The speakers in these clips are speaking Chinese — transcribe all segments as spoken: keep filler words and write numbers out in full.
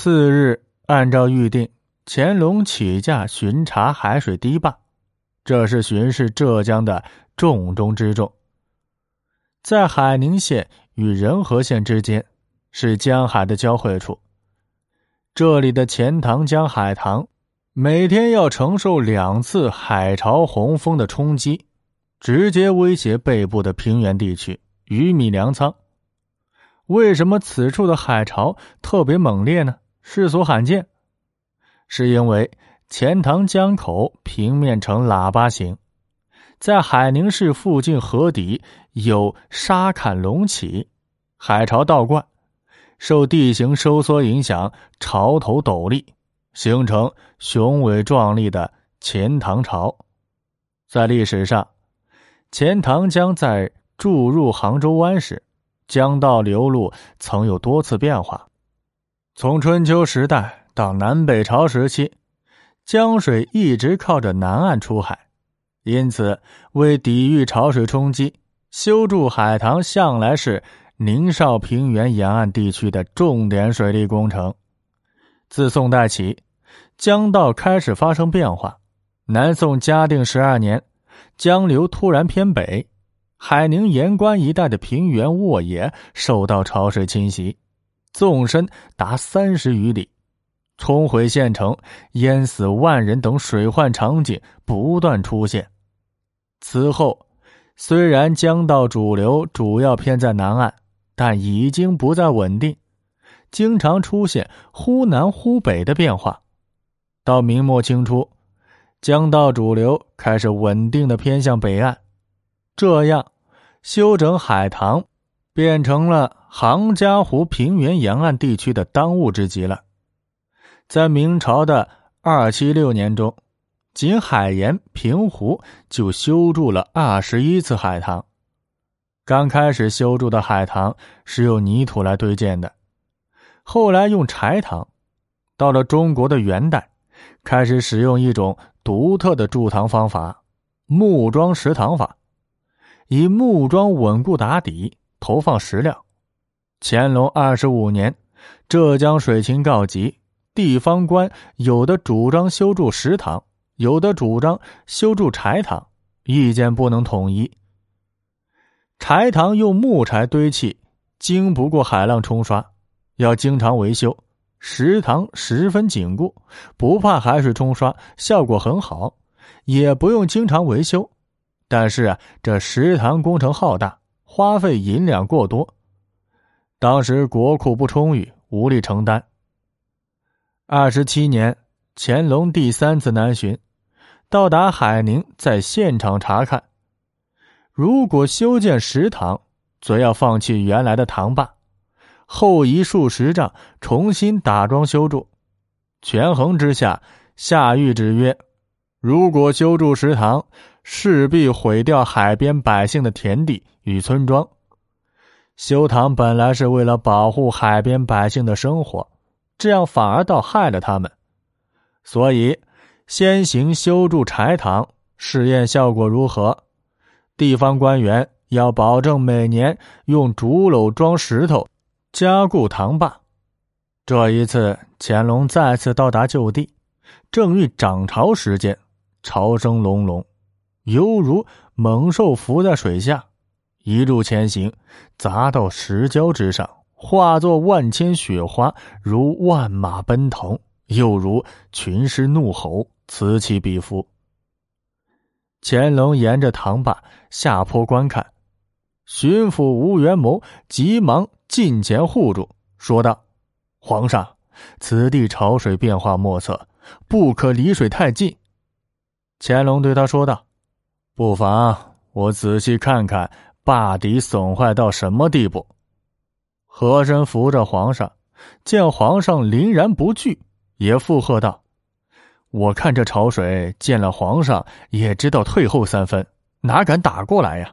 次日，按照预定，乾隆起驾巡查海水堤坝，这是巡视浙江的重中之重。在海宁县与仁和县之间，是江海的交汇处。这里的钱塘江海棠每天要承受两次海潮洪峰的冲击，直接威胁北部的平原地区鱼米粮仓。为什么此处的海潮特别猛烈呢？世所罕见。是因为钱塘江口平面呈喇叭形，在海宁市附近河底有沙坎隆起，海潮倒灌，受地形收缩影响，潮头陡立，形成雄伟壮丽的钱塘潮。在历史上，钱塘江在注入杭州湾时，江道流路曾有多次变化。从春秋时代到南北朝时期，江水一直靠着南岸出海，因此为抵御潮水冲击，修筑海棠向来是宁绍平原沿岸地区的重点水利工程。自宋代起，江道开始发生变化。南宋嘉定十二年，江流突然偏北，海宁盐关一带的平原沃野受到潮水侵袭，纵深达三十余里，冲毁县城，淹死万人等水患场景不断出现。此后，虽然江道主流主要偏在南岸，但已经不再稳定，经常出现忽南忽北的变化。到明末清初，江道主流开始稳定的偏向北岸，这样修整海棠变成了杭嘉湖平原沿岸地区的当务之急了。在明朝的二七六年中，仅海盐平湖就修筑了二十一次海棠。刚开始修筑的海棠是用泥土来堆建的，后来用柴塘，到了中国的元代，开始使用一种独特的筑塘方法——木桩石塘法，以木桩稳固打底，投放石料。乾隆二十五年，浙江水情告急，地方官有的主张修筑石塘，有的主张修筑柴塘，意见不能统一。柴塘用木柴堆砌，经不过海浪冲刷，要经常维修。石塘十分紧固，不怕海水冲刷，效果很好，也不用经常维修。但是啊，这石塘工程浩大，花费银两过多，当时国库不充裕，无力承担。二十七年，乾隆第三次南巡，到达海宁，在现场查看。如果修建石塘，则要放弃原来的塘坝，后移数十丈，重新打桩修筑。权衡之下，下谕旨曰：如果修筑石塘，势必毁掉海边百姓的田地与村庄。修塘本来是为了保护海边百姓的生活，这样反而倒害了他们。所以先行修筑柴塘，试验效果如何。地方官员要保证每年用竹篓装石头加固塘坝。这一次乾隆再次到达就地，正遇涨潮时间，潮声隆隆，犹如猛兽伏在水下，一路前行，砸到石礁之上，化作万千雪花，如万马奔腾，又如群狮怒吼，此起彼伏。乾隆沿着塘坝下坡观看，巡抚吴元谋急忙近前护住，说道：皇上，此地潮水变化莫测，不可离水太近。乾隆对他说道：不妨我仔细看看坝底损坏到什么地步。和珅扶着皇上，见皇上凛然不惧，也附和道：我看这潮水见了皇上也知道退后三分，哪敢打过来呀？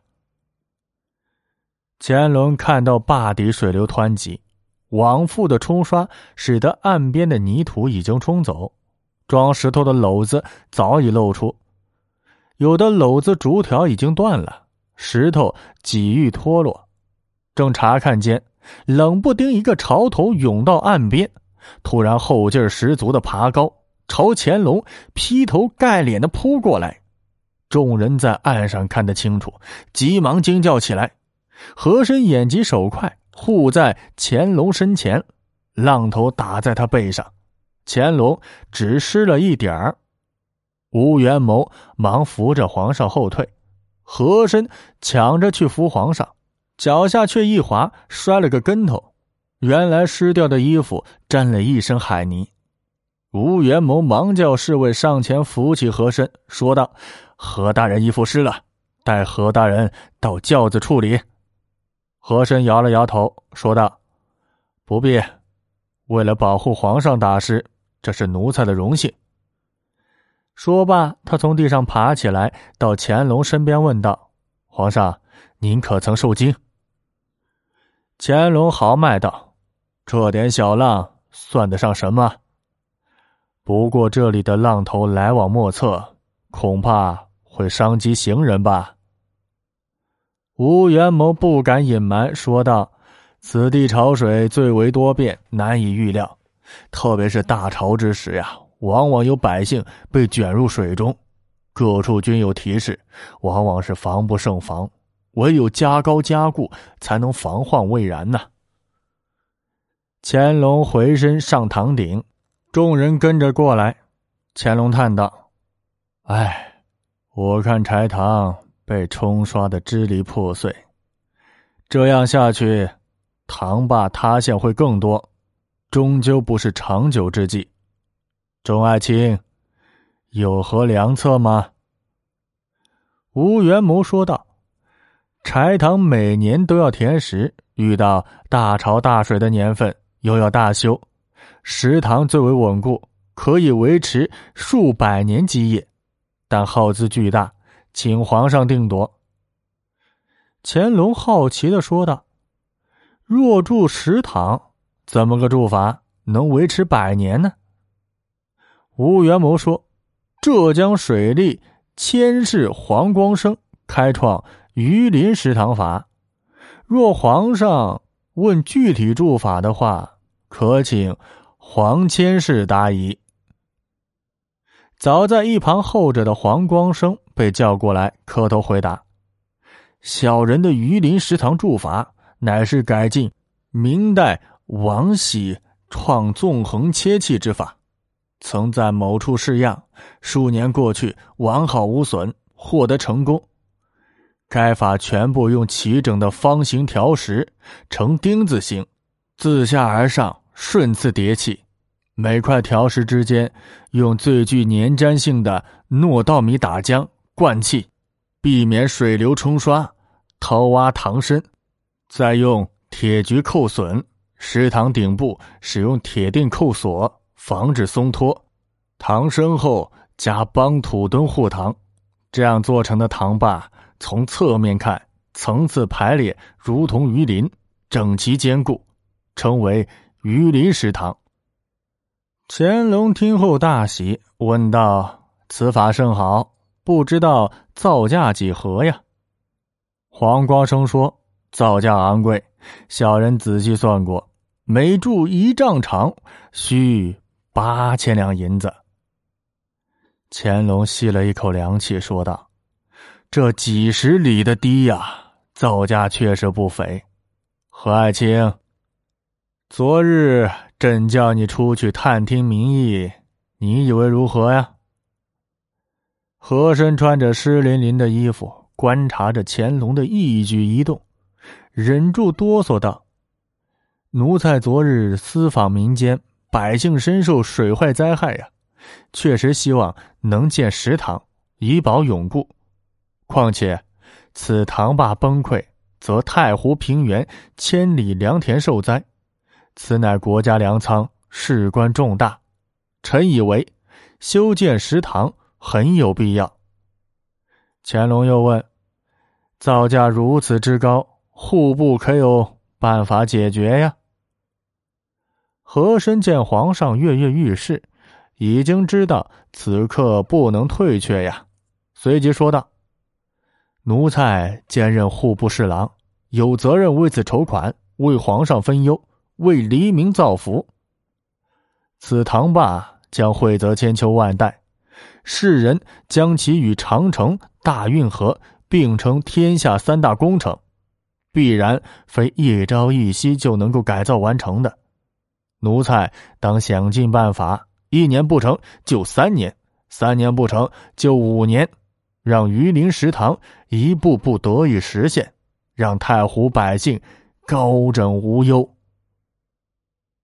乾隆看到坝底水流湍急，往复的冲刷使得岸边的泥土已经冲走，装石头的篓子早已露出，有的篓子竹条已经断了，石头几欲脱落。正查看间，冷不丁一个潮头涌到岸边， 突然后劲十足的爬高，朝乾隆劈头盖脸的扑过来。众人在岸上看得清楚，急忙惊叫起来。和珅眼疾手快，护在乾隆身前，浪头打在他背上，乾隆只湿了一点儿。吴元谋忙扶着皇上后退，和珅抢着去扶皇上，脚下却一滑，摔了个跟头。原来湿掉的衣服沾了一身海泥。吴元谋忙叫侍卫上前扶起和珅，说道：何大人衣服湿了，带何大人到轿子处理。和珅摇了摇头，说道：不必，为了保护皇上大事，这是奴才的荣幸。说罢，他从地上爬起来，到乾隆身边问道：皇上，您可曾受惊？乾隆豪迈道：这点小浪算得上什么？不过这里的浪头来往莫测，恐怕会伤及行人吧。吴元谋不敢隐瞒，说道：此地潮水最为多变，难以预料，特别是大潮之时呀，往往有百姓被卷入水中，各处均有提示，往往是防不胜防，唯有加高加固，才能防患未然呐。乾隆回身上堂顶，众人跟着过来。乾隆叹道：唉，我看柴塘被冲刷得支离破碎，这样下去，塘坝塌陷会更多，终究不是长久之计。众爱卿，有何良策吗？吴元谋说道：柴塘每年都要填实，遇到大潮大水的年份又要大修，石塘最为稳固，可以维持数百年基业，但耗资巨大，请皇上定夺。乾隆好奇地说道：若筑石塘，怎么个筑法能维持百年呢？吴元谋说：浙江水利佥事黄光生开创鱼鳞石塘法，若皇上问具体筑法的话，可请黄佥事答疑。早在一旁候着的黄光生被叫过来，磕头回答：小人的鱼鳞石塘筑法乃是改进明代王喜创纵横切器之法，曾在某处试样，数年过去，完好无损，获得成功。该法全部用齐整的方形条石，呈丁字形，自下而上顺次叠砌，每块条石之间用最具粘粘性的糯稻米打浆灌气，避免水流冲刷，掏挖塘身，再用铁锯扣榫，石塘顶部使用铁钉扣锁，防止松脱，塘身后加帮土墩护塘。这样做成的塘坝，从侧面看层次排列如同鱼鳞，整齐坚固，称为鱼鳞石塘。乾隆听后大喜，问道：此法甚好，不知道造价几何呀？黄光生说：造价昂贵，小人仔细算过，每筑一丈长，需八千两银子。乾隆吸了一口凉气，说道：这几十里的堤呀，造价确实不菲。何爱卿，昨日朕叫你出去探听民意，你以为如何呀？和珅穿着湿淋淋的衣服，观察着乾隆的一举一动，忍住哆嗦道：奴才昨日私访民间，百姓深受水患灾害呀，确实希望能建石塘，以保永固。况且此塘坝崩溃，则太湖平原千里良田受灾，此乃国家粮仓，事关重大。臣以为修建石塘很有必要。乾隆又问：造价如此之高，户部可有办法解决呀？和珅见皇上跃跃欲试，已经知道此刻不能退却呀，随即说道：奴才兼任户部侍郎，有责任为此筹款，为皇上分忧，为黎民造福。 此唐坝将惠泽千秋万代，世人将其与长城、大运河并称天下三大工程，必然非一朝一夕就能够改造完成的。奴才当想尽办法，一年不成就三年，三年不成就五年，让榆林食堂一步步得以实现，让太湖百姓高枕无忧。